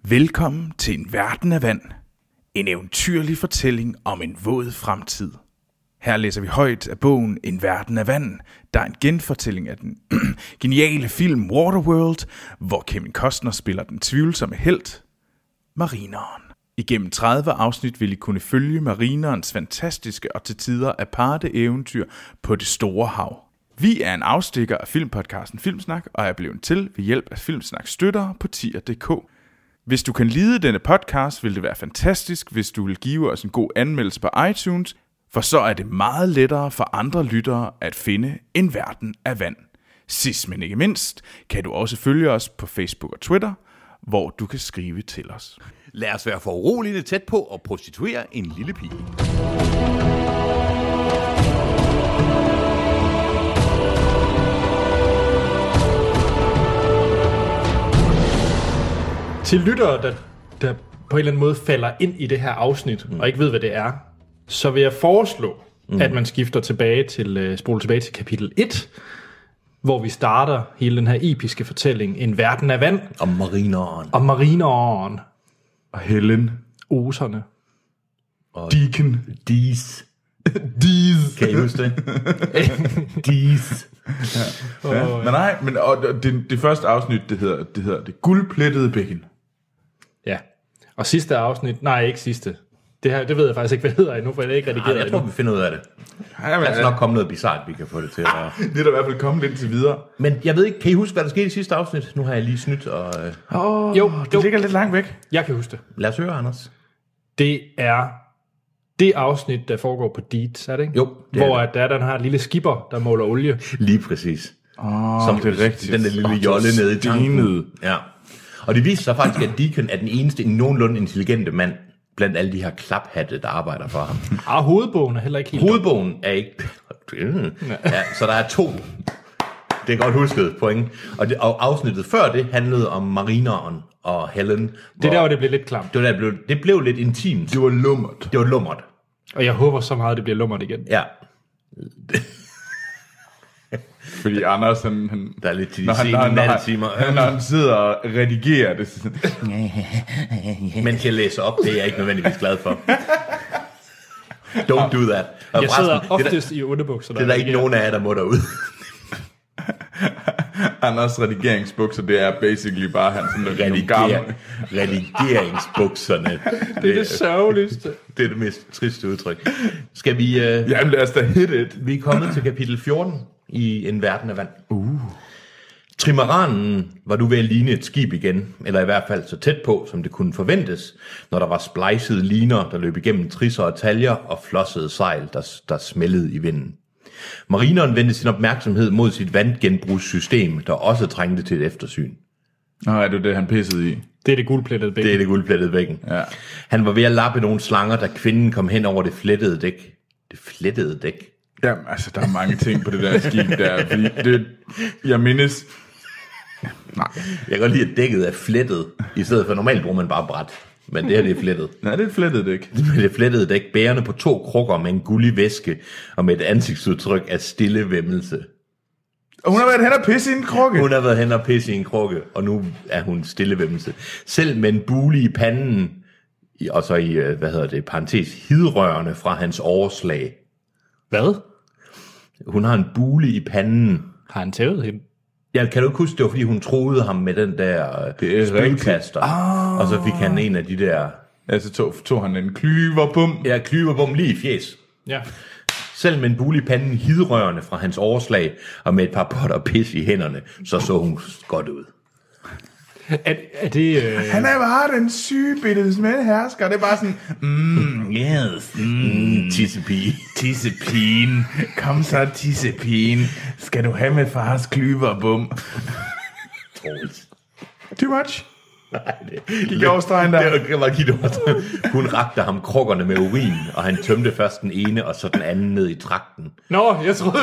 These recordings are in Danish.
Velkommen til En Verden af Vand. En eventyrlig fortælling om en våd fremtid. Her læser vi højt af bogen En Verden af Vand, der er en genfortælling af den geniale film Waterworld, hvor Kevin Costner spiller den tvivlsomme helt, marineren. Igennem 30 afsnit vil I kunne følge marinerens fantastiske og til tider aparte eventyr på det store hav. Vi er en afstikker af filmpodcasten Filmsnak, og er blevet til ved hjælp af Filmsnak støttere på tier.dk. Hvis du kan lide denne podcast, vil det være fantastisk, hvis du vil give os en god anmeldelse på iTunes, for så er det meget lettere for andre lyttere at finde En Verden af Vand. Sidst men ikke mindst, kan du også følge os på Facebook og Twitter, hvor du kan skrive til os. Lad os være for uroligende tæt på og prostituere en lille pige. Til lyttere, der på en eller anden måde falder ind i det her afsnit, og ikke ved, hvad det er, så vil jeg foreslå, at man skifter tilbage til, spoler tilbage til kapitel 1, hvor vi starter hele den her episke fortælling, En Verden af Vand. Om marineren. Om marineren. Og Helen. Oserne. Og Deacon. Dees. Dees. Kan I huske det? Dees. Ja. Men nej, men det første afsnit, det hedder det guldplettede bækken. Ja. Og sidste afsnit, nej, ikke sidste. Det ved jeg faktisk ikke, hvad det hedder endnu, for jeg er ikke redigeret Jeg tror, vi finder ud af det. Ja, men, Der er nok kommet noget bizarrt, vi kan få det til. det er der i hvert fald kommet lidt til videre. Men jeg ved ikke, kan I huske, hvad der skete i sidste afsnit? Nu har jeg lige snydt, og Jo. Det ligger lidt langt væk. Jeg kan huske det. lad os høre, Anders. Det er det afsnit, der foregår på Deeds, er det ikke? Jo, det er hvor det. at der er den her lille skipper, der måler olie. Lige præcis. Som det er rigtigt. Den der lille jolle nede i tanken. Ja. Og det viser sig faktisk, at Deacon er den eneste nogenlunde intelligente mand blandt alle de her klaphatte, der arbejder for ham. Hovedbogen er heller ikke helt... Hovedbogen er ikke... Ja, så der er 2. Det er godt husket point. Og afsnittet før det handlede om marineren og Helen. Det er der, hvor det blev lidt klamt. Det blev lidt intimt. Det var lummert. Det var lummert. Og jeg håber så meget, det bliver lummert igen. Ja. Fordi Anders, han Der er lidt til de sene nattetimer. når han sidder og redigerer det. Mens jeg læser op, det er jeg ikke nødvendigvis glad for. Don't do that. Og Jeg forresten, sidder oftest i underbukser. det er der ikke nogen af jer, der må derude. Anders redigeringsbukser, det er basically bare han sådan nogle gamle. Redigeringsbukserne. Det er det sørgeligste. Det er det mest triste udtryk. Skal vi... Jamen lad os da hit it. Vi er kommet til kapitel 14 i En Verden af Vand. Trimaranen var du ved at ligne et skib igen, eller i hvert fald så tæt på, som det kunne forventes, når der var splejsede liner, der løb igennem trisser og taljer, og flossede sejl, der smældede i vinden. Marineren vendte sin opmærksomhed mod sit vandgenbrugssystem, der også trængte til et eftersyn. Nå, er det han pissede i? Det er det guldplettede bækken. Det er det guldplettede bækken. Ja. Han var ved at lappe nogle slanger, da kvinden kom hen over det flettede dæk. Det flettede dæk? Jamen, altså, der er mange ting på det der skib der, fordi det, jeg mindes... Nej. Jeg kan godt lide, at dækket er flettet, i stedet for normalt bruger man bare bræt. Men det her, det er flettet. Nej, det er et flettet dæk. Det flettede dæk, bærende på 2 krukker med en gullig væske, og med et ansigtsudtryk af stille væmmelse. Og hun har været hen og pisse i en krukke. Hun har været hen og pisse i en krukke, og nu er hun stille væmmelse. Selv med en bule i panden, og så i, parentes, hidrørende fra hans overslag. Hvad? Hun har en bule i panden. Har han tævet hende? Ja, kan du ikke huske, det var fordi hun troede ham med den der spydkaster, og så fik han en af de der... Ja, så tog han en klyverbum. Ja, klyverbum lige i fjes. Ja. Selv med en bule i panden hidrørende fra hans overslag, og med et par potter pis i hænderne, så hun godt ud. Er det... Han er bare den sygebittede smedhersker. Det er bare sådan... Yes. Tissepige. Tissepigen. Kom så, tissepigen. Skal du have med fars klyverbum? Troels. Too much? Nej, Gik over stregen der. Det var gik over stregen. Hun rakte ham krukkerne med urin, og han tømte først den ene, og så den anden ned i trakten. Nå, jeg troede,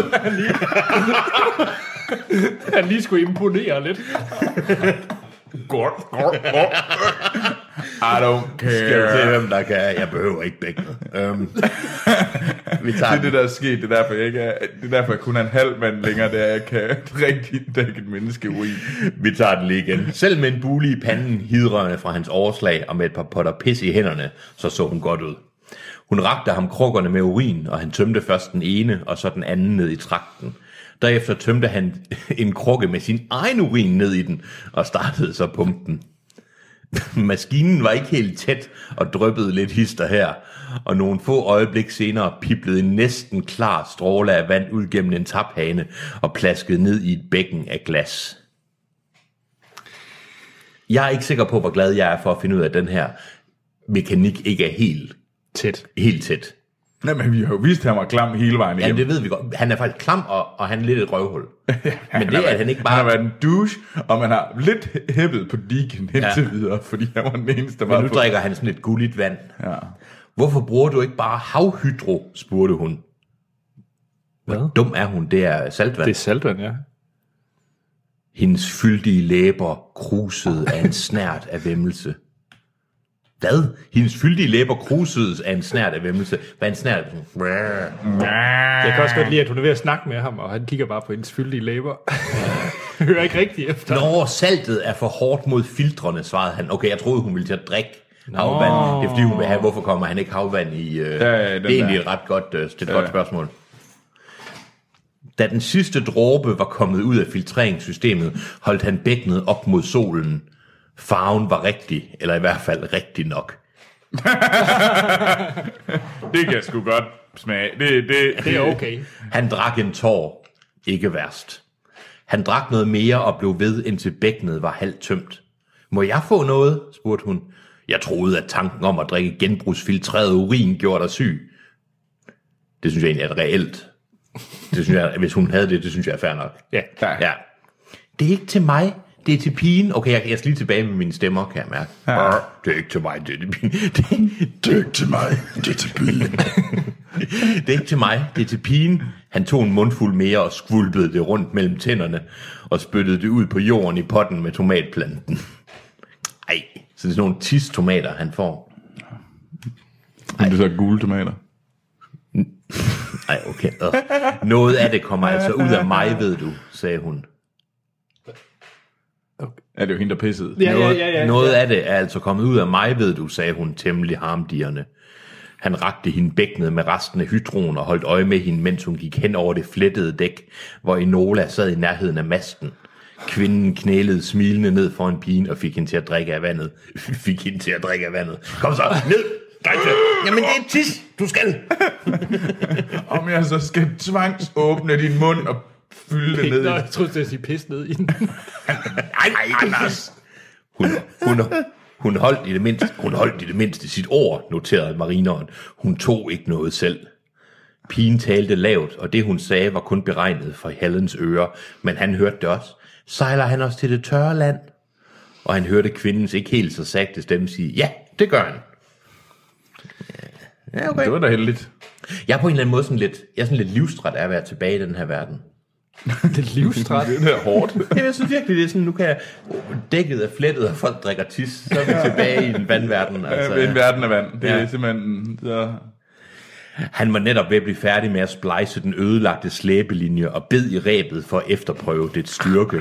han lige skulle imponere lidt. Godt. I don't care. Skal du se, hvem der kan? Jeg behøver ikke bækkenet. Vi tager Det er det, der er sket. Det er derfor, jeg kun er en halv mand længere, der jeg kan rigtig dække et menneske urin. Vi tager den lige igen. Selv med en bule i panden, hidrørende fra hans overslag og med et par potter pis i hænderne, så hun godt ud. Hun rakte ham krukkerne med urin, og han tømte først den ene, og så den anden ned i trakten. Derefter tømte han en krukke med sin egen urin ned i den, og startede så pumpen. Maskinen var ikke helt tæt, og dryppede lidt hister her, og nogle få øjeblik senere piblede en næsten klar stråle af vand ud gennem en taphane, og plaskede ned i et bækken af glas. Jeg er ikke sikker på, hvor glad jeg er for at finde ud af, at den her mekanik ikke er helt tæt. Nej, men vi har jo vist, at han var klam hele vejen igennem. Ja, det ved vi godt. Han er faktisk klam, og han er lidt et røvhul. Men det er, at han ikke bare... Han har været en douche, og man har lidt hæppet på digen indtil videre, fordi han var den eneste, der var... Men nu drikker han sådan lidt gulligt vand. Ja. Hvorfor bruger du ikke bare havhydro, spurgte hun. Hvor dum er hun? Det er saltvand. Det er saltvand, ja. Hendes fyldige læber krusede af en snert af væmmelse. Hvad? Hendes fyldige læber krusedes af en snert af væmmelse. Hvad er en snert? Jeg kan også godt lide, at hun er ved at snakke med ham, og han kigger bare på hendes fyldige læber. Hører ikke rigtigt efter. Når saltet er for hårdt mod filtrene, svarede han. Okay, jeg troede, hun ville til at drikke havvand. Det er fordi, hun vil have, hvorfor kommer han ikke havvand i... det er egentlig et ret godt spørgsmål. Da den sidste dråbe var kommet ud af filtreringssystemet, holdt han bækkenet op mod solen. Farven var rigtig, eller i hvert fald rigtig nok. Det kan jeg sgu godt smage. Det er okay. Han drak en tår. Ikke værst. Han drak noget mere og blev ved, indtil bækkenet var halvt tømt. Må jeg få noget? Spurgte hun. Jeg troede, at tanken om at drikke genbrugsfiltreret urin gjorde dig syg. Det synes jeg egentlig er reelt. Det synes jeg, hvis hun havde det synes jeg er fair nok. Ja. Det er ikke til mig. Det er til pigen. Okay, jeg skal lige tilbage med mine stemmer, kan jeg mærke. Ja. Det er ikke til mig, det er til pigen. Det er ikke til mig, det er til pigen. Det er ikke til mig, det er til pigen. Han tog en mundfuld mere og skvulpede det rundt mellem tænderne og spyttede det ud på jorden i potten med tomatplanten. Ej, så det er sådan nogle tis-tomater, han får. Det er så gule tomater. Ej, okay. Noget af det kommer altså ud af mig, ved du, sagde hun. Okay. Ja, det er jo hende, der pissede. Noget af det er altså kommet ud af mig, ved du, sagde hun temmelig harmdirrende. Han rakte hende bækkenet med resten af hydroen og holdt øje med hende, mens hun gik hen over det flettede dæk, hvor Enola sad i nærheden af masten. Kvinden knælede smilende ned foran pigen og fik hende til at drikke af vandet. Kom så, ned! Jamen det er tis, du skal! Om jeg så skal tvangsåbne din mund og fylde det ned i... Nå, jeg troede, jeg sige pis ned i den. Ej, Anders! Hun holdt i det mindste sit ord, noterede marineren. Hun tog ikke noget selv. Pigen talte lavt, og det hun sagde var kun beregnet for Hallens ører, men han hørte det også. Sejler han os til det tørre land? Og han hørte kvindens ikke helt så sagte stemme sige, ja, det gør han. Ja, okay. Det var da heldigt. Jeg er på en eller anden måde sådan lidt livstræt af at være tilbage i den her verden. Det er livstræt. Det er hårdt. Jeg synes virkelig, det er sådan, nu kan jeg dækket af flettet, og folk drikker tis, så er vi tilbage i en vandverden. Altså. Ja, en verden af vand. Det er simpelthen... Så... Han var netop ved at blive færdig med at splice den ødelagte slæbelinje og bed i rebet for at efterprøve dets styrke.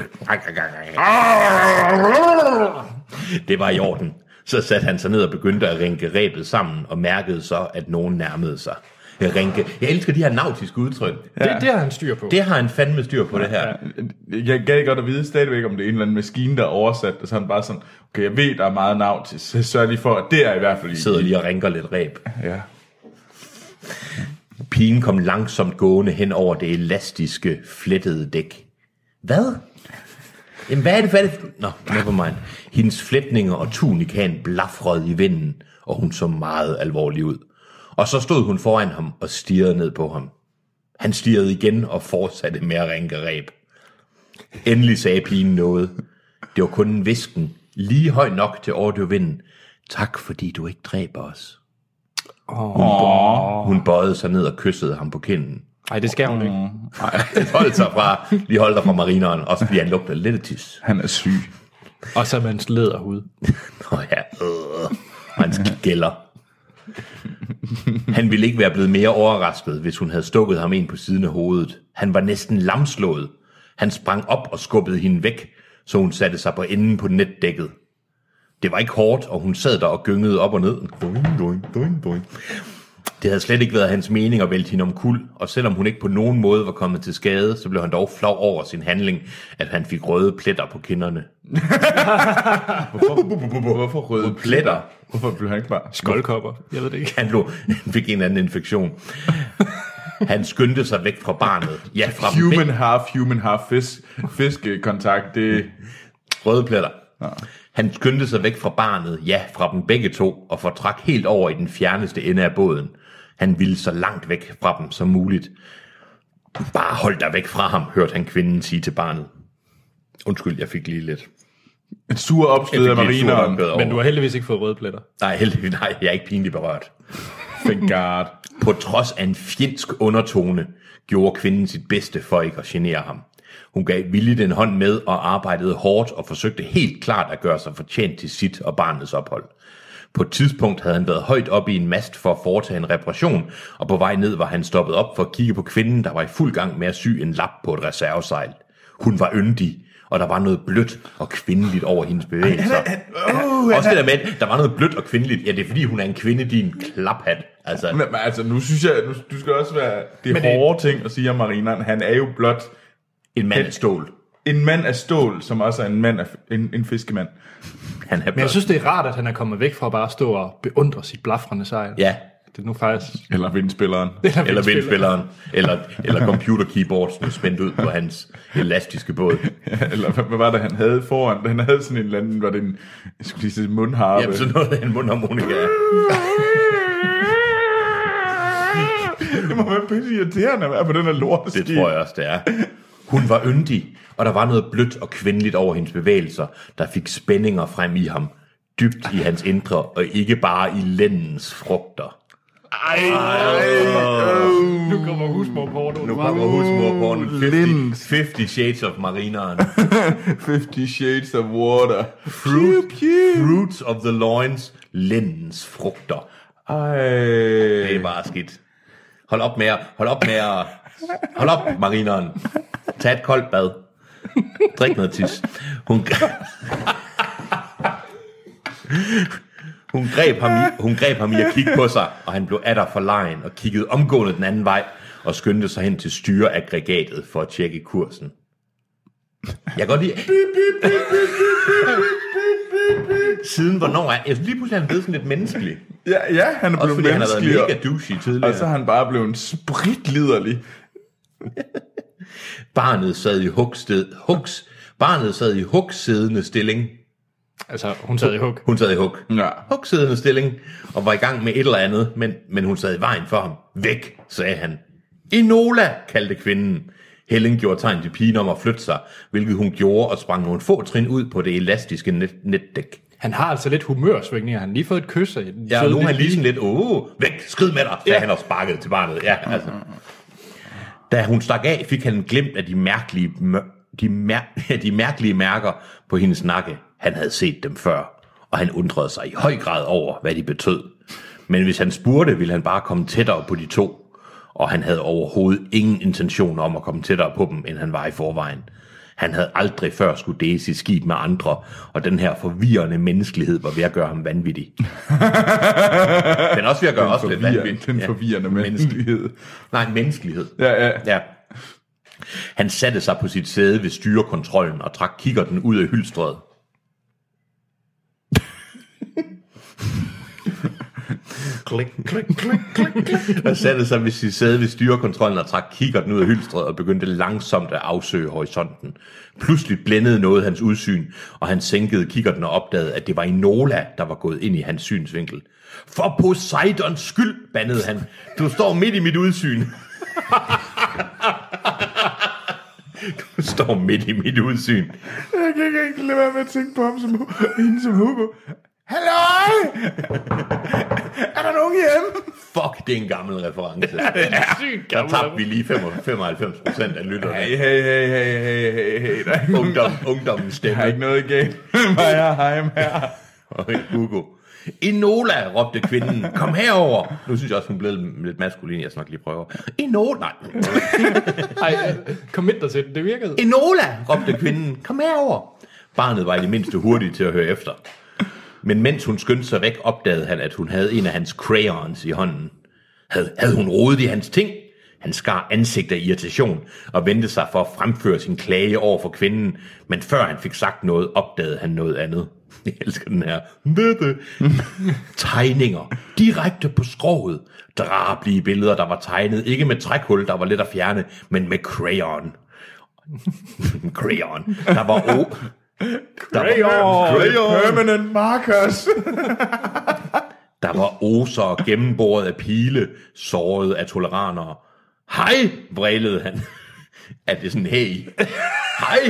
Det var i orden. Så satte han sig ned og begyndte at rænke rebet sammen og mærkede så, at nogen nærmede sig. Jeg elsker de her nautiske udtryk. Ja. Det har han styr på. Det har han fandme styr på, det her. Jeg gad godt at vide stadigvæk, om det er en eller anden maskine, der er oversat, og så er han bare sådan, okay, jeg ved, der er meget nautisk, så sørg lige for, at det er i hvert fald... Sidder lige og rænker lidt reb. Ja. Pigen kom langsomt gående hen over det elastiske, flettede dæk. Hvad? Jamen, hvad er det? Nå, nevermind. Hendes flætninger og tunikan blafrede i vinden, og hun så meget alvorlig ud. Og så stod hun foran ham og stirrede ned på ham. Han stirrede igen og fortsatte med at rænke reb. Endelig sagde pigen noget. Det var kun en hvisken, lige høj nok til overdøve vinden. Tak, fordi du ikke dræber os. Hun bøjede sig ned og kyssede ham på kinden. Nej, det skal hun ikke. Hold dig fra marineren, også fordi han lugter lidt tis. Han er syg. Og så er man læderhud. Nå ja, og hans gælder. Han ville ikke være blevet mere overrasket, hvis hun havde stukket ham ind på siden af hovedet. Han var næsten lamslået. Han sprang op og skubbede hende væk, så hun satte sig på enden på netdækket. Det var ikke hårdt, og hun sad der og gyngede op og ned. Det havde slet ikke været hans mening at vælte hende omkuld, og selvom hun ikke på nogen måde var kommet til skade, så blev han dog flov over sin handling, at han fik røde pletter på kinderne. Hvorfor røde pletter? Hvorfor blev han ikke bare Skoldkopper? Jeg ved det ikke. Han fik en eller anden infektion. Han skyndte sig væk fra barnet. Ja, fra human, half fiskekontakt, det... Røde pletter. Ja. Han skyndte sig væk fra barnet, ja, fra dem begge to, og fortrak helt over i den fjerneste ende af båden. Han ville så langt væk fra dem som muligt. Bare hold dig væk fra ham, hørte han kvinden sige til barnet. Undskyld, jeg fik lige lidt. En sur opstød af marineren. Men du har heldigvis ikke fået røde pletter. Nej, heldigvis nej, jeg er ikke pinligt berørt. Thank God. På trods af en fjendsk undertone, gjorde kvinden sit bedste for ikke at genere ham. Hun gav villigt en hånd med og arbejdede hårdt og forsøgte helt klart at gøre sig fortjent til sit og barnets ophold. På et tidspunkt havde han været højt oppe i en mast for at foretage en reparation, og på vej ned var han stoppet op for at kigge på kvinden, der var i fuld gang med at sy en lap på et reservesejl. Hun var yndig, og der var noget blødt og kvindeligt over hendes bevægelser. Også det der med, der var noget blødt og kvindeligt. Ja, det er fordi, hun er en kvinde, din klaphat. Altså. Men altså, nu synes jeg, du skal også være... Det er hårde ting at sige om marineren. Han er jo blot... En mand af stål. En mand af stål, som også er en mand af en fiskemand. Men jeg synes, det er rart, at han er kommet væk fra at bare stå og beundre sit blafrende sejl. Ja. Det er nu faktisk... Eller vindspilleren. Eller computer keyboards spændt ud på hans elastiske båd. Ja, eller hvad var det, han havde foran? Han havde sådan en eller anden, var det en, jeg skulle lige sige, mundharpe. Jamen, sådan noget af en mundharmonika. Det må være pisse irriterende at være på den her lorteskib. Det tror jeg også, det er. Hun var yndig, og der var noget blødt og kvindeligt over hendes bevægelser, der fik spændinger frem i ham, dybt i hans indre, og ikke bare i lændens frugter. Nu kommer husmorporno. Nu kommer husmorporno. 50 Shades of Marineren. 50 Shades of Water. Fruits of the loins. Lændens frugter. Det er bare skidt. Hold op, marineren. Tag et koldt bad. Drik noget tis. Hun greb ham i at kigge på sig, og han blev atter forlegen og kiggede omgående den anden vej og skyndte sig hen til styreaggregatet for at tjekke kursen. Jeg kan godt lide... Siden hvornår er... Jeg synes lige pludselig, han er blevet sådan lidt menneskelig. Ja, han er blevet menneskelig. Han har været mega douchey tidligere. Og så er han bare blevet spritliderlig. Barnet sad i hugsiddende stilling. Altså, hun sad i hug. Hun sad i hug. Ja. Hugsiddende stilling, og var i gang med et eller andet, men hun sad i vejen for ham. Væk, sagde han. Enola, kaldte kvinden. Helen gjorde tegn til pigen om at flytte sig, hvilket hun gjorde og sprang nogle få trin ud på det elastiske netdæk. Han har altså lidt humørsvingninger. Han har lige fået et kys af den. Ja, nu er han lige sådan lidt, væk, skrid med dig, sagde han og sparkede til barnet. Ja, altså. Da hun stak af, fik han en glimt af de mærkelige mærker på hendes nakke. Han havde set dem før, og han undrede sig i høj grad over, hvad de betød. Men hvis han spurgte, ville han bare komme tættere på de to, og han havde overhovedet ingen intention om at komme tættere på dem, end han var i forvejen. Han havde aldrig før skulle dele sit skib med andre, og den her forvirrende menneskelighed var ved at gøre ham vanvittig. Den også ved at gøre os lidt vanvittig. Den forvirrende menneskelighed. Nej, menneskelighed. Ja. Han satte sig på sit sæde ved styrekontrollen og trak kikkerten ud af hylstret. Klik, klik, klik, klik, klik. Og satte sig ved sit sæde ved styrekontrollen og trak kikkerten ud af hylstret og begyndte langsomt at afsøge horisonten. Pludselig blændede noget hans udsyn, og han sænkede kikkerten og opdagede, at det var Enola, der var gået ind i hans synsvinkel. For Poseidons skyld, bandede han. Du står midt i mit udsyn. Du står midt i mit udsyn. Jeg kan ikke lade være med at tænke på ham som Hugo. Halløj! Er der nogen hjemme? Fuck, det er en gammel reference. Der tabte vi lige 95% af lytterne. Hey. Ungdommens stemme. Der er ikke noget galt med mig og Heim her. Og Hugo. Enola, råbte kvinden. Kom herover. Nu synes jeg også, hun blev lidt maskulin. Jeg skal nok lige prøve. Enola. Nej. Ej, kom ind der til det virkede. Enola, råbte kvinden. Kom herover. Barnet var i det mindste hurtigt til at høre efter. Men mens hun skyndte sig væk, opdagede han, at hun havde en af hans crayons i hånden. Havde hun rodet i hans ting? Han skar ansigt af irritation og vendte sig for at fremføre sin klage over for kvinden, men før han fik sagt noget, opdagede han noget andet. Jeg elsker den her. Tegninger, direkte på skroget. Drabelige billeder, der var tegnet, ikke med trækhul, der var let at fjerne, men med crayon. Crayon. Der var Crayon. Permanent markers. Der var oser og gennemboret af pile, såret af toleranere. Hej, vrælede han. Er det sådan, hey? Hej!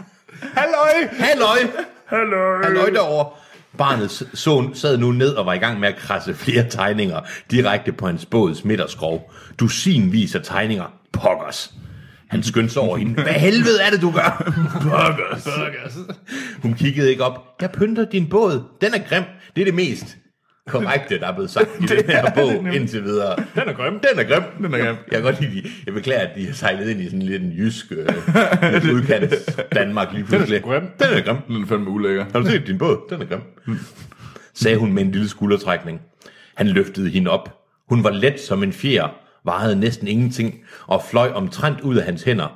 Halløj derovre. Barnet sad nu ned og var i gang med at krasse flere tegninger direkte på hans båds midterskrog. Dusinvis af tegninger. Pokkers. Han skyndte sig over hende. Hvad helvede er det, du gør? Pokkers. Hun kiggede ikke op. Jeg pynter din båd. Den er grim. Det er det mest korrekte, der er blevet sagt i den her bog indtil videre. Den er grim. Jeg kan godt lide, jeg beklager, at de har sejlet ind i sådan lidt en jysk udkants Danmark lige pludselig. Den er grim. Den er fandme ulækker. Har du set din båd? Den er grim. Sagde hun med en lille skuldertrækning. Han løftede hende op. Hun var let som en fjer, vejede næsten ingenting og fløj omtrent ud af hans hænder.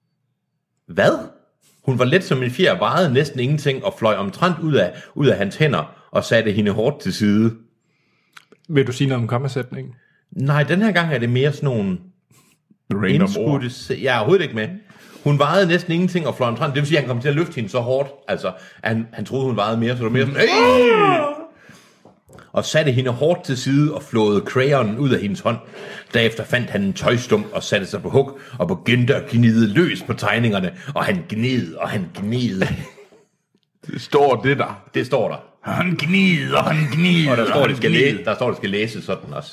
Hvad? Hun var let som en fjer, vejede næsten ingenting og fløj omtrent ud af hans hænder og satte hende hårdt til side. Vil du sige noget om kommasætningen? Nej, den her gang er det mere sådan nogle indskudte. Jeg er overhovedet ikke med. Hun vejede næsten ingenting og fløj omtrent. Det vil sige, at han kom til at løfte hende så hårdt. Altså, han troede, hun vejede mere, så det var mere sådan, hey! Og satte hende hårdt til side og flåede crayonen ud af hendes hånd. Derefter fandt han en tøjstump og satte sig på hug og begyndte at gnide løs på tegningerne. Og han gnede. Det står det der. Det står der. Han gnider. Og der står, det skal læses sådan også.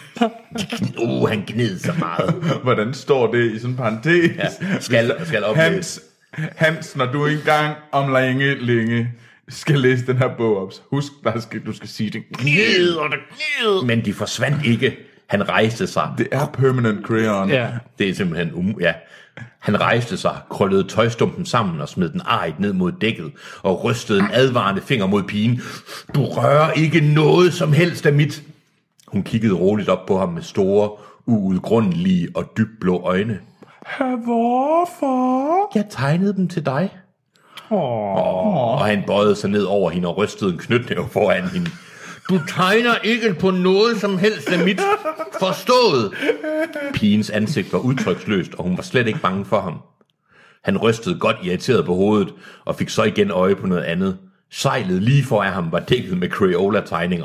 Han gned så meget. Hvordan står det i sådan en parentes? Ja, skal oplæse. Hans, når du engang om længe skal læse den her bog op, så husk, du skal sige det. Gnid. Men de forsvandt ikke. Han rejste sig. Det er permanent crayon. Ja. Det er simpelthen Han rejste sig, krøllede tøjstumpen sammen og smed den arigt ned mod dækket og rystede en advarende finger mod pigen. Du rører ikke noget som helst af mit. Hun kiggede roligt op på ham med store, uudgrundelige og dybblå øjne. Hvorfor? Jeg tegnede dem til dig. Og han bøjede sig ned over hende og rystede en knytnæve foran hende. Du tegner ikke på noget som helst af mit. Forstået. Pigens ansigt var udtryksløst, og hun var slet ikke bange for ham. Han rystede godt irriteret på hovedet, og fik så igen øje på noget andet. Sejlet lige foran ham var dækket med Crayola-tegninger.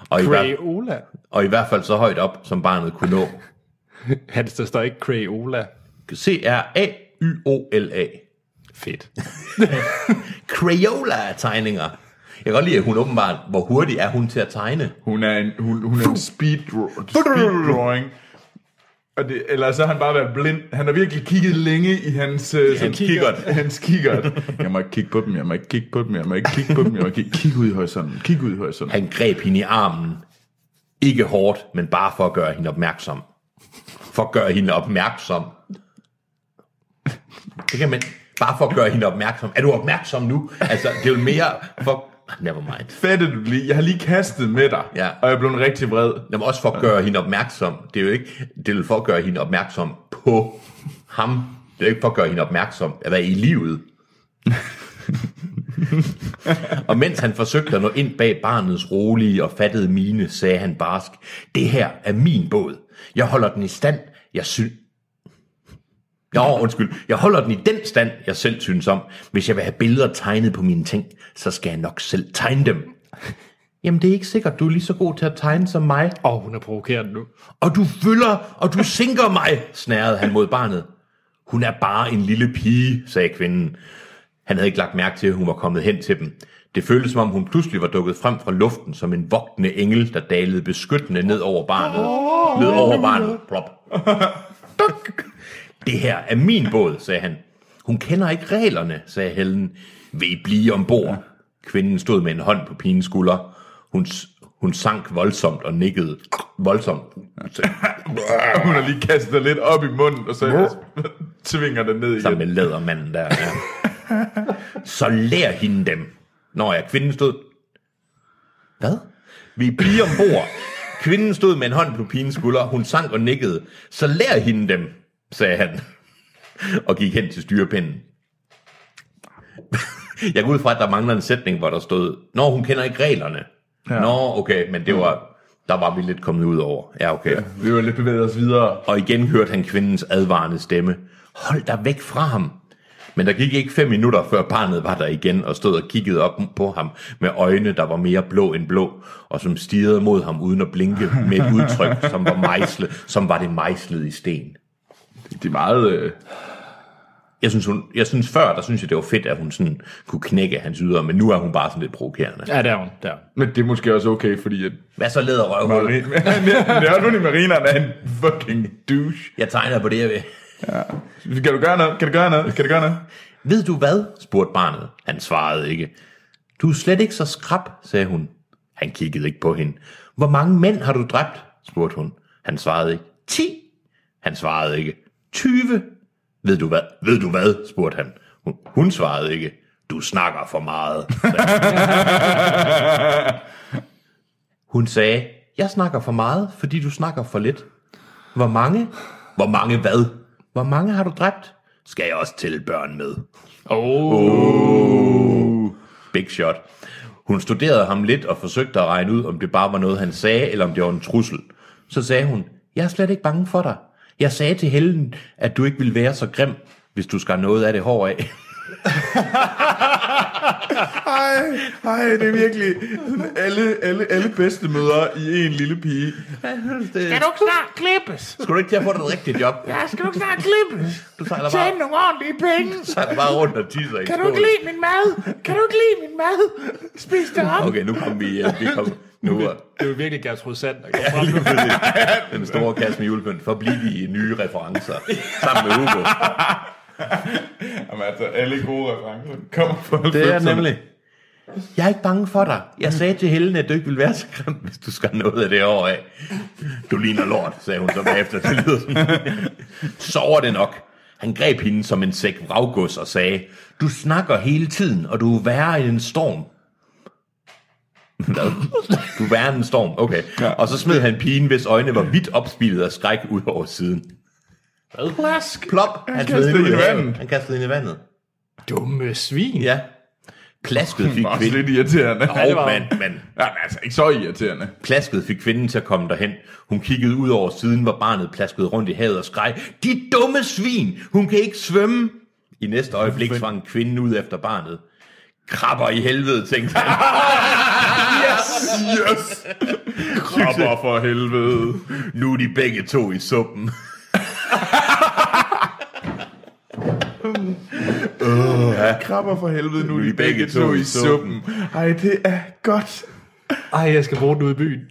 Og i hvert fald så højt op, som barnet kunne nå. Hans, der står ikke Crayola. C-R-A-Y-O-L-A. Fedt. Crayola-tegninger. Jeg kan godt lide, at hun åbenbart, hvor hurtig er hun til at tegne. Hun er en speed drawing. Og eller så har han bare været blind. Han har virkelig kigget længe i hans kikkert. Jeg må ikke kigge på dem, jeg må ikke kigge ud i horisonten. Han greb hende i armen. Ikke hårdt, men bare for at gøre hende opmærksom. Det kan man bare for at gøre hende opmærksom. Er du opmærksom nu? Altså, det er jo mere for... Never mind. Fatter du lige? Jeg har lige kastet med dig, ja. Og jeg er blevet rigtig vred. Jamen også for at gøre hende opmærksom. Det er jo ikke... Det er for at gøre hende opmærksom på ham. Det er ikke for at gøre hende opmærksom at være i livet. Og mens han forsøgte at nå ind bag barnets rolige og fattede mine, sagde han barsk: det her er min båd. Jeg holder den i stand. Jeg holder den i den stand, jeg selv synes om. Hvis jeg vil have billeder tegnet på mine ting, så skal jeg nok selv tegne dem. Jamen, det er ikke sikkert, du er lige så god til at tegne som mig. Hun er provokerende nu. Og du følger, og du sinker mig, snærede han mod barnet. Hun er bare en lille pige, sagde kvinden. Han havde ikke lagt mærke til, at hun var kommet hen til dem. Det føltes, som om hun pludselig var dukket frem fra luften som en vogtende engel, der dalede beskyttende ned over barnet. Plop. Det her er min båd, sagde han. Hun kender ikke reglerne, sagde Helen. Vil I blive ombord? Kvinden stod med en hånd på pigens skulder. Hun sank voldsomt og nikkede voldsomt. Hun har lige kastet det lidt op i munden, og så tvinger det ned igen. Sammen med lædermanden der. Ja. Så lær hende dem. Når kvinden stod... Hvad? Vi bliver ombord. Kvinden stod med en hånd på pigens skulder. Hun sank og nikkede. Så lær hende dem, sagde han. Og gik hen til styrepinden. Jeg går ud fra, at der mangler en sætning, hvor der stod, nå, hun kender ikke reglerne. Ja. Nå, okay, men det var, der var vi lidt kommet ud over. Ja, okay. Ja, vi var lidt bevæget os videre. Og igen hørte han kvindens advarende stemme. Hold dig væk fra ham. Men der gik ikke 5 minutter, før barnet var der igen og stod og kiggede op på ham med øjne, der var mere blå end blå, og som stirrede mod ham uden at blinke med et udtryk, som var det mejslet i sten. Det er meget... Jeg synes før, der synes jeg, det var fedt, at hun sådan kunne knække hans ydre, men nu er hun bare sådan lidt provokerende. Ja, det er hun. Der. Men det er måske også okay, fordi... At hvad så leder røvhul? Nørden i Marineren er en fucking douche. Jeg tegner på det, jeg vil. Ja. Kan du gøre noget? Ved du hvad? Spurgte barnet. Han svarede ikke. Du er slet ikke så skrap, sagde hun. Han kiggede ikke på hende. Hvor mange mænd har du dræbt? Spurgte hun. Han svarede ikke. 10. Han svarede ikke. 20. Ved du hvad? Spurgte han. Hun svarede ikke. Du snakker for meget. Hun sagde, jeg snakker for meget, fordi du snakker for lidt. Hvor mange? Hvor mange hvad? Hvor mange har du dræbt? Skal jeg også tælle børn med? Big shot. Hun studerede ham lidt og forsøgte at regne ud, om det bare var noget, han sagde, eller om det var en trussel. Så sagde hun, jeg er slet ikke bange for dig. Jeg sagde til Helen, at du ikke ville være så grim, hvis du skar noget af det hår af. Ej, det er virkelig alle bedstemødre i en lille pige. Skal du ikke snart klippes? Skal du ikke til at få et rigtigt job? Ja, skal du ikke snart klippes? Du sejler bare... Tjene nogle ordentlige penge. Så er bare rundt og tisser i Kan du ikke lide min mad? Spis det op. Okay, nu kom vi nu. Det er jo virkelig Gertrud Sand, der går frem. Den store kasse med julepynt, for at blive de nye referencer sammen med Hugo. Jamen altså, alle gode referencer kommer fra... Det er nemlig. Jeg er ikke bange for dig. Jeg sagde til Helen, at du ikke ville være så grim, hvis du skal noget af det år af. Du ligner lort, sagde hun så bagefter. Det lyder sådan. Så var det nok. Han greb hende som en sæk vraggods og sagde, du snakker hele tiden, og du er værre end en storm. Hvad? Du er værre end en storm, okay. Ja. Og så smed han pigen, hvis øjne var vidt opspillet af skræk ud over siden. Hvad? Plask. Plop. Han kastede hende i vandet. Han kastede hende i vandet. Dumme svin. Ja. Plasket fik kvinden... Det var lidt irriterende. Men... Ja, altså ikke så irriterende. Plasket fik kvinden til at komme derhen. Hun kiggede ud over siden, hvor barnet plaskede rundt i havet og skreg, de dumme svin! Hun kan ikke svømme! I næste øjeblik sprang kvinden ud efter barnet. Krabber i helvede, tænkte han. Yes! Krabber for helvede. Nu er de begge to i suppen. Krabber for helvede, nu er de begge to i suppen. Ej, det er godt. Ej, jeg skal bruge den ude i byen.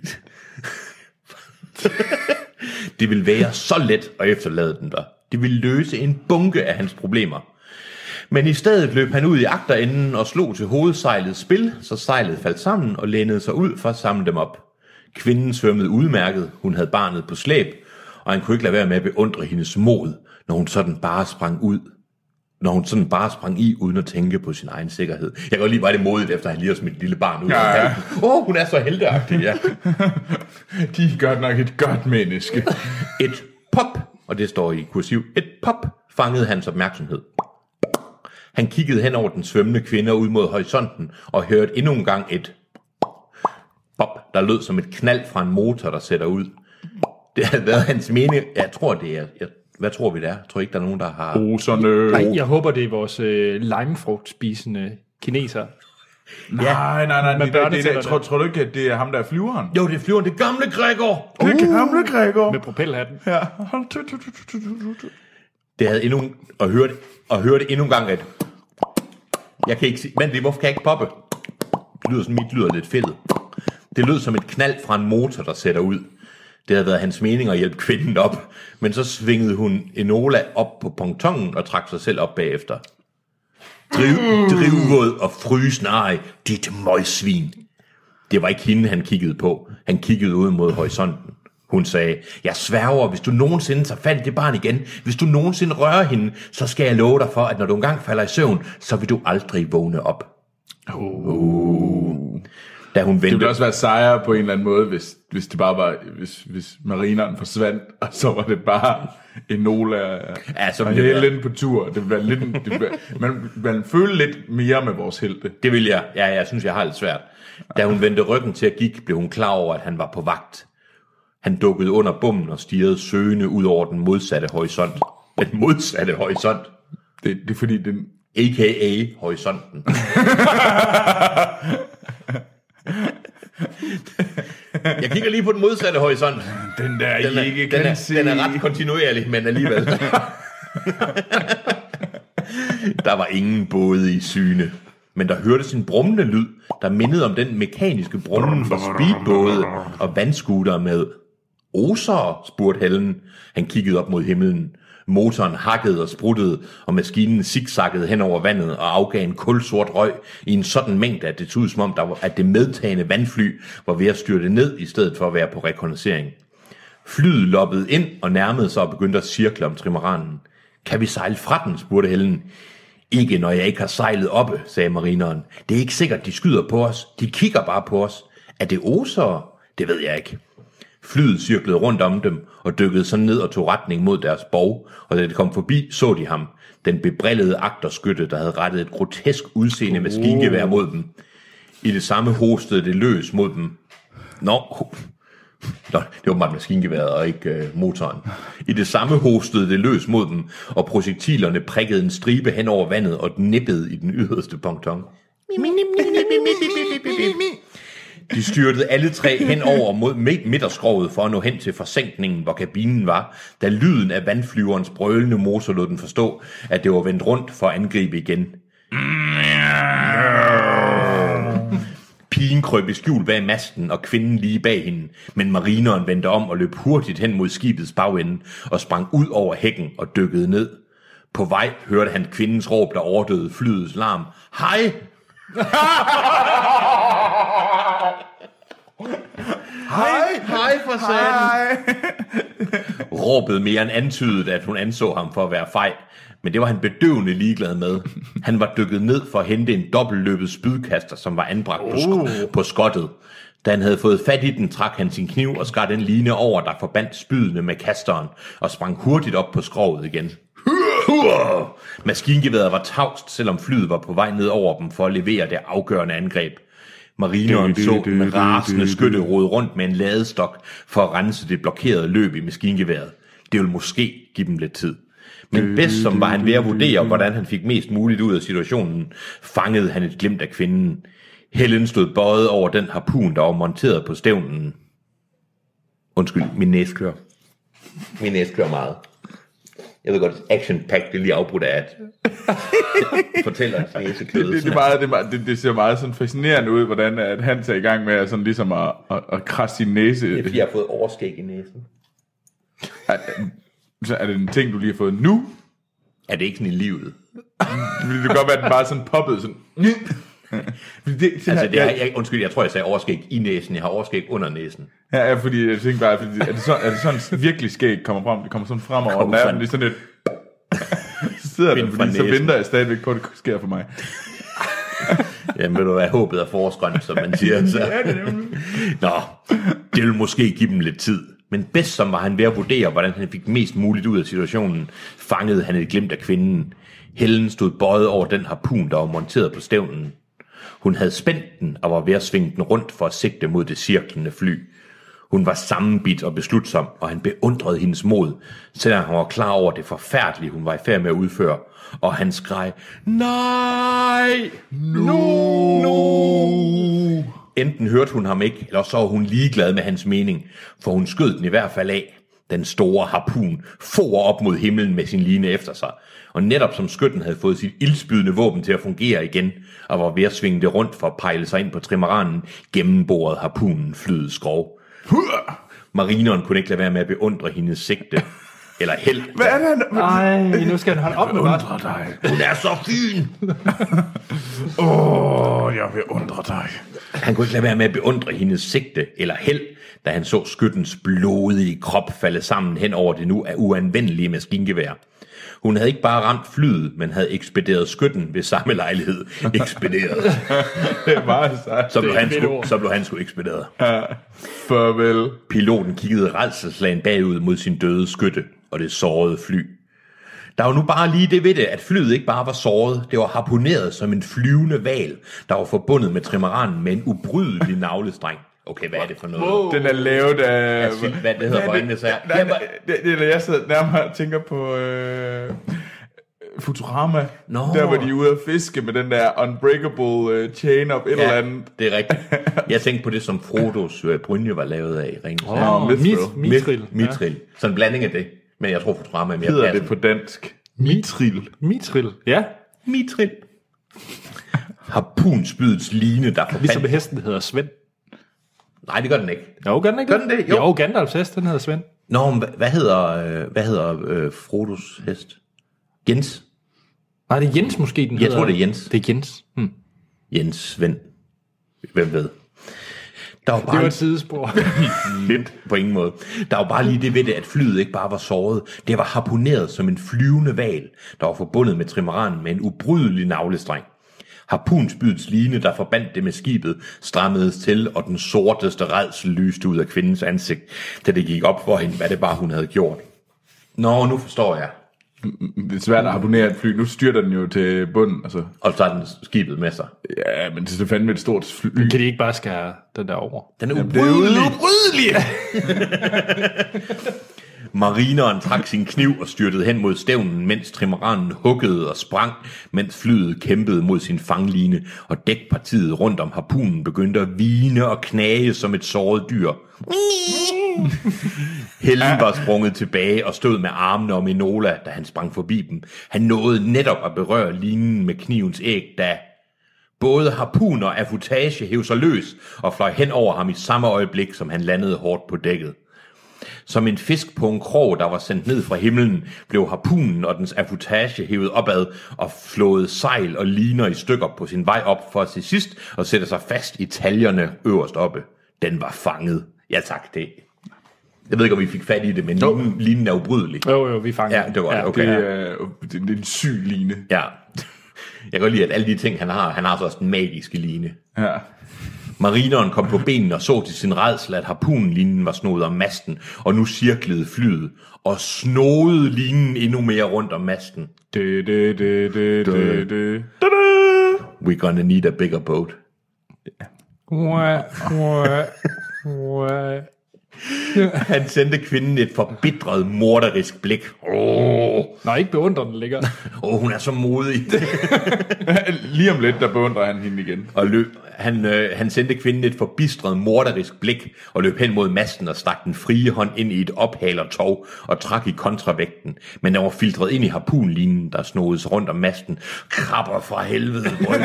Det ville være så let at efterlade den der. Det ville løse en bunke af hans problemer. Men i stedet løb han ud i agterenden og slog til hovedsejlets spil, så sejlet faldt sammen og lænede sig ud for at samle dem op. Kvinden svømmede udmærket, hun havde barnet på slæb, og han kunne ikke lade være med at beundre hendes mod, når hun sådan bare sprang i, uden at tænke på sin egen sikkerhed. Jeg kan godt lide, var det modigt, efter han lige har smidt et lille barn ud. Ja. Hun er så helteagtig, ja. De er godt nok et godt menneske. Et pop, og det står i kursiv, et pop fangede hans opmærksomhed. Han kiggede hen over den svømmende kvinde ud mod horisonten, og hørte endnu en gang et pop, der lød som et knald fra en motor, der sætter ud. Det havde været hans mening. Jeg tror, det er... Hvad tror vi det er? Jeg tror ikke, der er nogen, der har... Nej, jeg håber, det er vores limefrugt-spisende kineser. Nej. Tror du ikke, at det er ham, der er flyveren? Jo, det er flyveren. Det gamle Gregor. Det gamle Gregor. Med propelhatten. Ja. Det havde endnu... Og hørte endnu en gang, at... Jeg kan ikke sige... Men hvorfor kan jeg ikke poppe? Det lyder sådan, mit lyder lidt fældet. Det lød som et knald fra en motor, der sætter ud. Det havde været hans mening at hjælpe kvinden op, men så svingede hun Enola op på pontonen og trak sig selv op bagefter. Drivvåd og frysnare, dit møgsvin. Det var ikke hende, han kiggede på. Han kiggede ud mod horisonten. Hun sagde, jeg sværger, hvis du nogensinde tager fat i det barn igen, hvis du nogensinde rører hende, så skal jeg love dig for, at når du engang falder i søvn, så vil du aldrig vågne op. Da hun vendte... Det ville også være sejre på en eller anden måde, hvis det bare var, hvis marineren forsvandt, og så var det bare Enola og Helen på tur. Det ville være lidt, man føler lidt mere med vores helte. Det vil jeg. Ja, jeg synes, jeg har lidt svært. Da hun vendte ryggen til at gik, blev hun klar over, at han var på vagt. Han dukkede under bommen og stirrede søgende ud over den modsatte horisont. Den modsatte horisont. Det er fordi, den... A.k.a. horisonten. Jeg kigger lige på den modsatte horisont. Den er ret kontinuerlig, men alligevel. Der var ingen både i syne. Men der hørtes en brummende lyd, der mindede om den mekaniske brummen for speedbåde og vandscooter med oser, spurgte Helen. Han kiggede op mod himlen. Motoren hakkede og spruttede, og maskinen zigzaggede hen over vandet og afgav en kulsort røg i en sådan mængde, at det så ud som om, at det medtagende vandfly var ved at styrte ned, i stedet for at være på rekognoscering. Flyet loppede ind og nærmede sig og begyndte at cirkle om trimaranen. Kan vi sejle fra den, spurgte Helen. Ikke når jeg ikke har sejlet oppe, sagde marineren. Det er ikke sikkert, de skyder på os. De kigger bare på os. Er det osere? Det ved jeg ikke. Flyet cirklede rundt om dem og dykkede så ned og tog retning mod deres borg, og da det kom forbi, så de ham, den bebrillede agterskytte, der havde rettet et grotesk udseende maskingevær mod dem. I det samme hostede det løs mod dem. Nå, det var bare maskingeværet og ikke motoren. I det samme hostede det løs mod dem, og projektilerne prikkede en stribe hen over vandet og nippede i den yderste ponton. De styrtede alle tre hen over mod midterskroget for at nå hen til forsænkningen, hvor kabinen var, da lyden af vandflyverens brølende motor lod den forstå, at det var vendt rundt for at angribe igen. Pigen krøb i skjul bag masten og kvinden lige bag hende, men marineren vendte om og løb hurtigt hen mod skibets bagende og sprang ud over hækken og dykkede ned. På vej hørte han kvindens råb, der overdøde flyets larm. Hej! Hej for satan. Råbet mere end antydede, at hun anså ham for at være fej, men det var han bedøvende ligeglad med. Han var dykket ned for at hente en dobbeltløbet spydkaster, som var anbragt på skottet. Da han havde fået fat i den, trak han sin kniv og skar den line over, der forbandt spydene med kasteren, og sprang hurtigt op på skroget igen. Maskingeværet var tavst, selvom flyet var på vej ned over dem for at levere det afgørende angreb. Marineren så den rasende skytte rode rundt med en ladestok for at rense det blokerede løb i maskingeværet. Det ville måske give dem lidt tid. Men bedst som var han ved at vurdere, hvordan han fik mest muligt ud af situationen, fangede han et glimt af kvinden. Helen stod bøjet over den harpun, der var monteret på stævnen. Undskyld, min næse kører. Min næse kører meget. Jeg ved godt, action-pack, det er lige afbrudt af, at fortæller en næsekød. Det ser meget sådan fascinerende ud, hvordan at han tager i gang med sådan ligesom at krasse sin næse. Det er fordi, jeg har fået overskæg i næsen. Så er det en ting, du lige har fået nu? Er det ikke sådan i livet? Det kan godt være, at den bare sådan poppet sådan... Jeg tror, jeg sagde overskæg i næsen. Jeg har overskæg under næsen. Ja, fordi jeg tænker bare, er det sådan virkelig skæg kommer frem? Det kommer sådan fremover. Den er sådan lidt... Så sidder den, fordi så venter jeg stadigvæk på, at det sker for mig. Jamen, vil du være håbet af forårsgrønt, som man siger. Så. Nå, det vil måske give dem lidt tid. Men bedst som var han ved at vurdere, hvordan han fik mest muligt ud af situationen, fangede han et glimt af kvinden. Helen stod bøjet over den harpun, der var monteret på stævnen. Hun havde spændt den og var ved at svinge den rundt for at sigte mod det cirklende fly. Hun var sammenbidt og beslutsom, og han beundrede hendes mod, selvom han var klar over det forfærdelige, hun var i færd med at udføre. Og han skreg, nej, no. Enten hørte hun ham ikke, eller så var hun ligeglad med hans mening, for hun skød den i hvert fald af. Den store harpun for op mod himlen med sin line efter sig, og netop som skytten havde fået sit ildspydende våben til at fungere igen, og var ved at svinge det rundt for at pejle sig ind på trimaranen, gennemborede harpunen flyets skrov. Marineren kunne ikke lade være med at beundre hendes sigte, eller held. Hvad er det? Nej, nu skal han holde op med Undre dig. Hun er så fin. Jeg vil undre dig. Han kunne ikke lade være med at beundre hendes sigte eller held, da han så skyttens blodige krop falde sammen hen over det nu uanvendelige maskingevær. Hun havde ikke bare ramt flyet, men havde ekspederet skytten ved samme lejlighed. Ekspederet. Det er meget sejt. Så blev han sgu ekspederet. Ja. Farvel. Piloten kiggede rædselsslagen bagud mod sin døde skytte og det sårede fly. Der var nu bare lige det ved det, at flyet ikke bare var såret, det var harpuneret som en flyvende hval, der var forbundet med trimaranen med en ubrydelig navlestreng. Okay, hvad er det for noget? Wow. Den er lavet af... Hvad det hedder for Agnes her? Det er, jeg sidder nærmere og tænker på Futurama. Nå. Der var de ude at fiske med den der unbreakable chain of et eller andet. Det er rigtigt. Jeg tænkte på det, som Frodos brynje var lavet af i Ringens Mithril. Mithril. Så en blanding af det. Men jeg tror Futurama er mere Hedder passende. det på dansk? Mithril. Mithril, ja. Mithril. Harpunspydets line, der forbandt... Ligesom hesten hedder Svend. Nej, det gør den ikke. Jo, gør den ikke? Gør den det? Jo, Gandalfs hest, den hedder Svend. Nå, men hvad hedder Frodos hest? Jens? Nej, det er Jens måske, den hedder. Jeg tror, det er Jens. Det er Jens. Jens Svend. Hvem ved? Der var bare Det var et sidespor. lidt på ingen måde. Der var bare lige det ved det, at flyet ikke bare var såret. Det var harpuneret som en flyvende hval, der var forbundet med trimaranen med en ubrydelig navlestreng. Harpunspydets line, der forbandt det med skibet, strammedes til, og den sorteste rædsel lyste ud af kvindens ansigt, da det gik op for hende, hvad det bare hun havde gjort. Nå, nu forstår jeg. Det er svært at abonnere et fly. Nu styrter den jo til bunden. Altså. Og så er den skibet med sig. Ja, men det er fandme et stort fly. Kan de ikke bare skære den der over? Den er ubrydelig. Marineren trak sin kniv og styrtede hen mod stævnen, mens trimaranen huggede og sprang, mens flyet kæmpede mod sin fangline, og dækpartiet rundt om harpunen begyndte at hvine og knage som et såret dyr. Hellen var sprunget tilbage og stod med armene om Enola, da han sprang forbi dem. Han nåede netop at berøre linen med knivens æg, da både harpun og affutage hev sig løs og fløj hen over ham i samme øjeblik, som han landede hårdt på dækket. Som en fisk på en krog, der var sendt ned fra himlen, blev harpunen og dens affutage hævet opad og flået sejl og liner i stykker på sin vej op for til sidst at sætte sig fast i taljerne øverst oppe. Den var fanget. Ja tak, det. Jeg ved ikke, om vi fik fat i det, men linen er ubrydelig. Jo, vi fanger. Ja, det var okay. Det er en syg line. Ja. Jeg kan godt lide, at alle de ting, han har så også den magiske line. Ja. Marineren kom på benene og så til sin rædsel, at harpunlinen var snoet om masten, og nu cirklede flyet og snodede linen endnu mere rundt om masten. We're gonna need a bigger boat. Han sendte kvinden et forbitret, morderisk blik. Nej, ikke beundrer den ligger. Hun er så modig. Lige om lidt, der beundrer han hende igen. Og han sendte kvinden et forbistret, morderisk blik og løb hen mod masten og stak den frie hånd ind i et ophalertov og trak i kontravægten. Men den var filtreret ind i harpunlinen, der snoedes rundt om masten. Krabber fra helvede.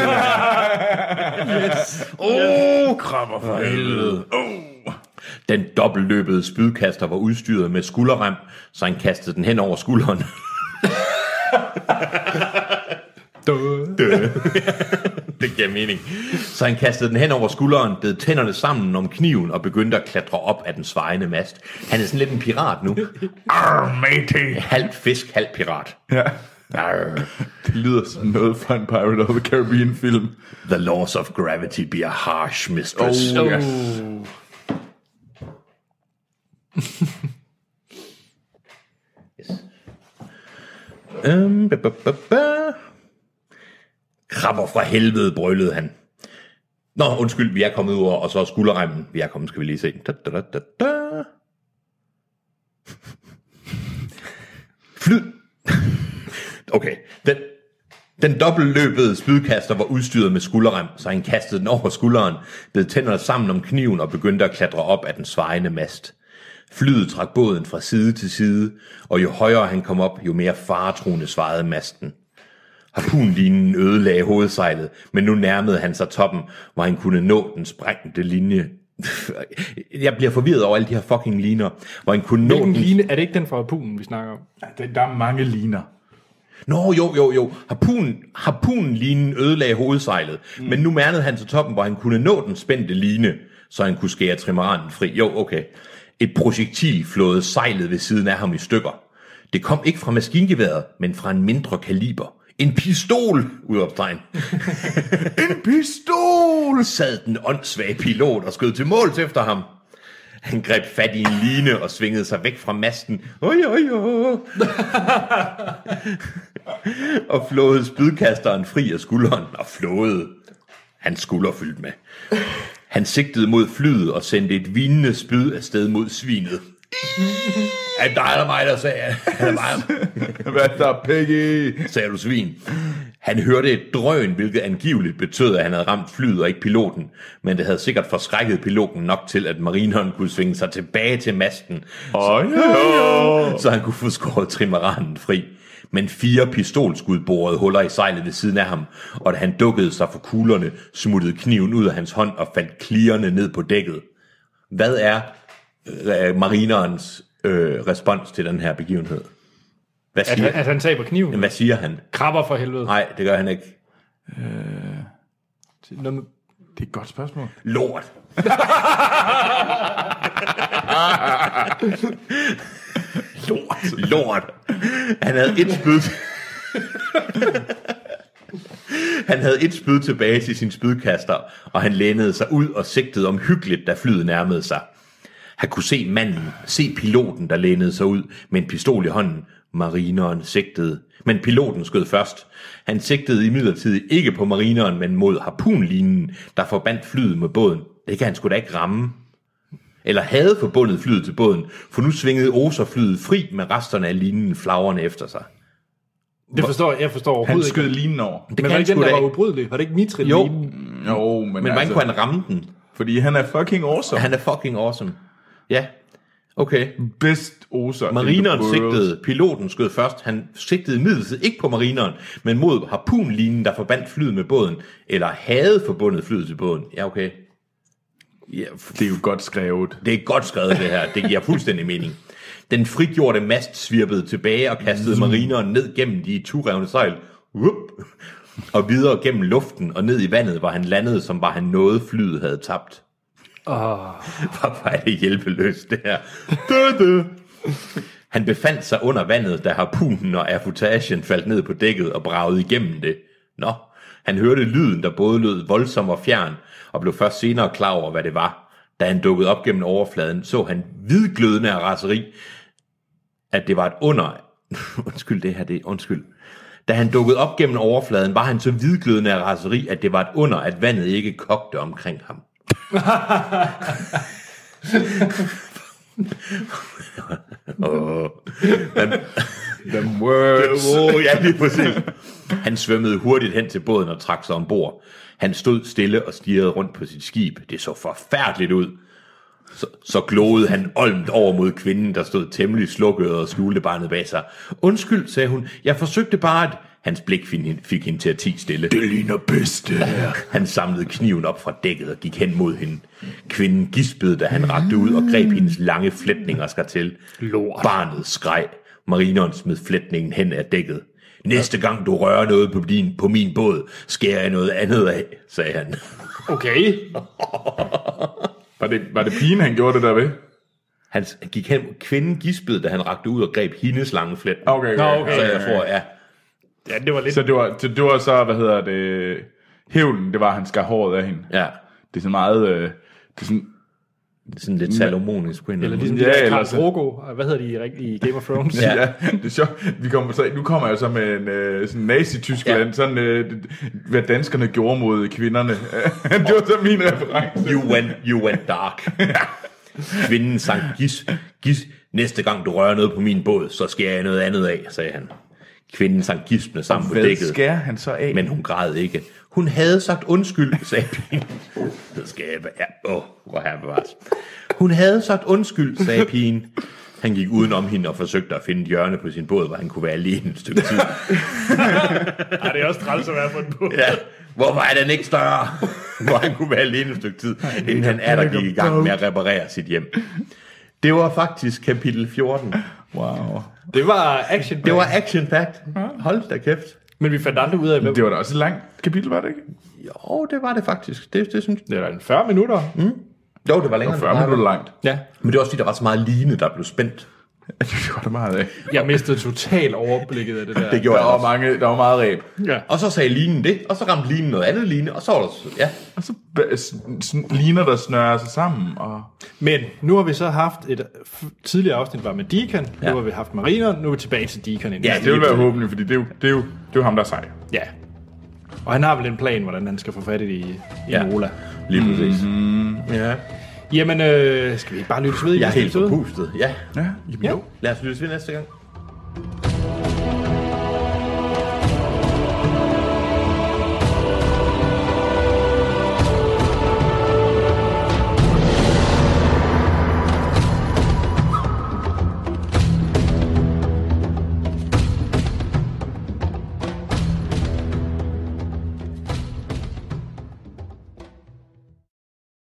Yes. Krabber fra helvede. Den dobbeltløbede spydkaster var udstyret med skulderrem, så han kastede den hen over skulderen. Det giver mening. Så han kastede den hen over skulderen, bed tænderne sammen om kniven og begyndte at klatre op af den svajende mast. Han er sådan lidt en pirat nu. Matey. Halvt fisk, halvt pirat. Ja. Det lyder som noget fra en Pirate of the Caribbean film. The laws of gravity be a harsh mistress. Yes. Krabber fra helvede, brølede han. Nå, undskyld, vi er kommet ud og så skulderremmen. Vi er kommet, skal vi lige se. Flyd. Okay, den dobbeltløbede spydkaster var udstyret med skulderrem, så han kastede den over skulderen, bed tænderne sammen om kniven og begyndte at klatre op af den svajende mast. Flyet trak båden fra side til side, og jo højere han kom op, jo mere faretruende svajede masten. Harpunlinen ødelagde hovedsejlet, men nu nærmede han sig toppen, hvor han kunne nå den sprængte linje Jeg bliver forvirret over alle de her fucking liner, hvor han kunne nå... Hvilken line? Er det ikke den fra harpunen, vi snakker om? Der er mange liner. Nå, jo. Harpunlinen ødelagde hovedsejlet, men nu mærnede han til toppen, hvor han kunne nå den spændte line, så han kunne skære trimaranen fri. Jo, okay. Et projektil flåede sejlet ved siden af ham i stykker. Det kom ikke fra maskingeværet, men fra en mindre kaliber. En pistol, udopstegn. En pistol! Sad den åndssvage pilot og skød til måls efter ham. Han greb fat i en line og svingede sig væk fra masten. Og flåede spydkasteren fri af skulderen. Og flåede. Hans skulder fyldte med. Han sigtede mod flyet og sendte et vinende spyd afsted mod svinet. Er det dig eller mig, der sagde? Hvad der, Peggy? Sagde du svin. Han hørte et drøn, hvilket angiveligt betød, at han havde ramt flyet og ikke piloten. Men det havde sikkert forskrækket piloten nok til, at marineren kunne svinge sig tilbage til masten, så han kunne få skåret trimaranen fri. Men 4 pistolskud borede huller i sejlet ved siden af ham, og da han dukkede sig for kuglerne, smuttede kniven ud af hans hånd og faldt klirrende ned på dækket. Hvad er marinerens respons til den her begivenhed? At han taber kniven? Jamen, hvad siger han? Krabber for helvede. Nej, det gør han ikke. Det er et godt spørgsmål. Lort. Lort. Han havde et spyd. Han havde et spyd tilbage til sin spydkaster, og han lænede sig ud og sigtede omhyggeligt, da flyet nærmede sig. Han kunne se piloten, der lænede sig ud med en pistol i hånden. Marineren sigtede, men piloten skød først. Han sigtede imidlertid ikke på marineren, men mod harpunlinen, der forbandt flyet med båden. Det kan han sgu da ikke ramme. Eller havde forbundet flyet til båden, for nu svingede Oser-flyet fri med resterne af linen flagrende efter sig. Jeg forstår overhovedet Han ikke. skød linen over. Men var det ikke den, der var ubrydelig? Var det ikke Mithril? Jo, Men hvordan altså, kunne han ramme den? fordi han er fucking awesome. Han er fucking awesome. Ja, okay. Best oser. Marineren sigtede, piloten skød først. Han sigtede imidlertid ikke på marineren, men mod harpunlinen, der forbandt flyet med båden, eller havde forbundet flyet til båden. Ja, okay. Ja, Det er jo godt skrevet. det er godt skrevet, det her. Det giver fuldstændig mening. Den frigjorte mast svirpede tilbage og kastede marineren ned gennem de turevne sejl. Og videre gennem luften og ned i vandet, hvor han landede, som var han noget flyet havde tabt. Hvor var det hjælpeløst, det her. Han befandt sig under vandet, da harpunen og affutagen faldt ned på dækket og bragede igennem det. Nå, han hørte lyden, der både lød voldsom og fjern, og blev først senere klar over, hvad det var. Da han dukkede op gennem overfladen, så han hvidglødende af raseri, at det var et under... Undskyld. Da han dukkede op gennem overfladen, var han så hvidglødende af raseri, at det var et under, at vandet ikke kogte omkring ham. The words. Ja, lige præcis. Han svømmede hurtigt hen til båden og trak sig ombord. Han stod stille og stirrede rundt på sit skib. Det så forfærdeligt ud. Så glodede han olmt over mod kvinden, der stod temmelig slukket og skjulte barnet bag sig. Undskyld, sagde hun. Jeg forsøgte bare at... Hans blik fik hende til at tie stille. Det ligner bedst, det her. Han samlede kniven op fra dækket og gik hen mod hende. Kvinden gispede, da han rakte ud og greb hendes lange flætninger skar til. Lort. Barnet skreg. Marineren smed flætningen hen af dækket. Næste gang du rører noget på min båd, skærer jeg noget andet af, sagde han. Okay. Var det pigen, han gjorde det der ved? Han gik hen, kvinden gispede, da han rakte ud og greb hendes lange flætning. Okay. Så jeg tror, ja. Ja, det var lidt... Så det var så, hævnen, det var, han skar håret af hende. Ja. Det er sådan meget, det er sådan... Det er sådan lidt salomonisk på en Eller eller anden ligesom Ja, de der eller Khal så- Drogo. Hvad hedder de i Game of Thrones? Ja. Ja, det er sjovt. Nu kommer jeg så med en sådan Nazi-Tyskland, sådan hvad danskerne gjorde mod kvinderne. Det var så min reference. You went dark. Kvinden sang næste gang du rører noget på min båd, så skærer jeg noget andet af, sagde han. Kvinden sang gispende sammen på Hvad dækket, skærer han så af? men hun græd ikke. Hun havde sagt undskyld, sagde pigen. Det skal jeg... Ja, hvor her bevares. Hun havde sagt undskyld, sagde pigen. Han gik udenom hende og forsøgte at finde et hjørne på sin båd, hvor han kunne være alene et stykke tid. Ej, det er også træls at være på en båd. Ja, hvorfor er den ikke større? hvor han kunne være alene et stykke tid, inden han gik i gang med at reparere sit hjem. Det var faktisk kapitel 14. Wow. Det var action. Det var action-packed. Hold da kæft. Men vi fandt aldrig ud af, Det var da også et langt kapitel, var det ikke? Jo, det var det faktisk. Det synes jeg. Det var 40 minutter. Jo, det var længere. 40 minutter langt. Ja. Men det var også fordi, der var så meget line, der blev spændt. Det var der meget af. Jeg mistede totalt overblikket af det der. Det gjorde jeg også. Der var meget ræb. Ja. Og så sagde linen det, og så ramte linen noget andet line, og så var der... Ja. Og så ligner der snører sig sammen. Og... Men nu har vi så haft et tidligere afsnit var med Deacon. Nu har vi haft Marina, nu er vi tilbage til Deacon. Ja, det vil være håbende, fordi det er jo ham, der er sej. Ja. Og han har vel en plan, hvordan han skal få fat i Nola. Lige præcis. Ja. Jamen, skal vi ikke bare lyttes ved? Jeg er helt forpustet. Ja. Ja, Ja. Lad os lyttes ved næste gang.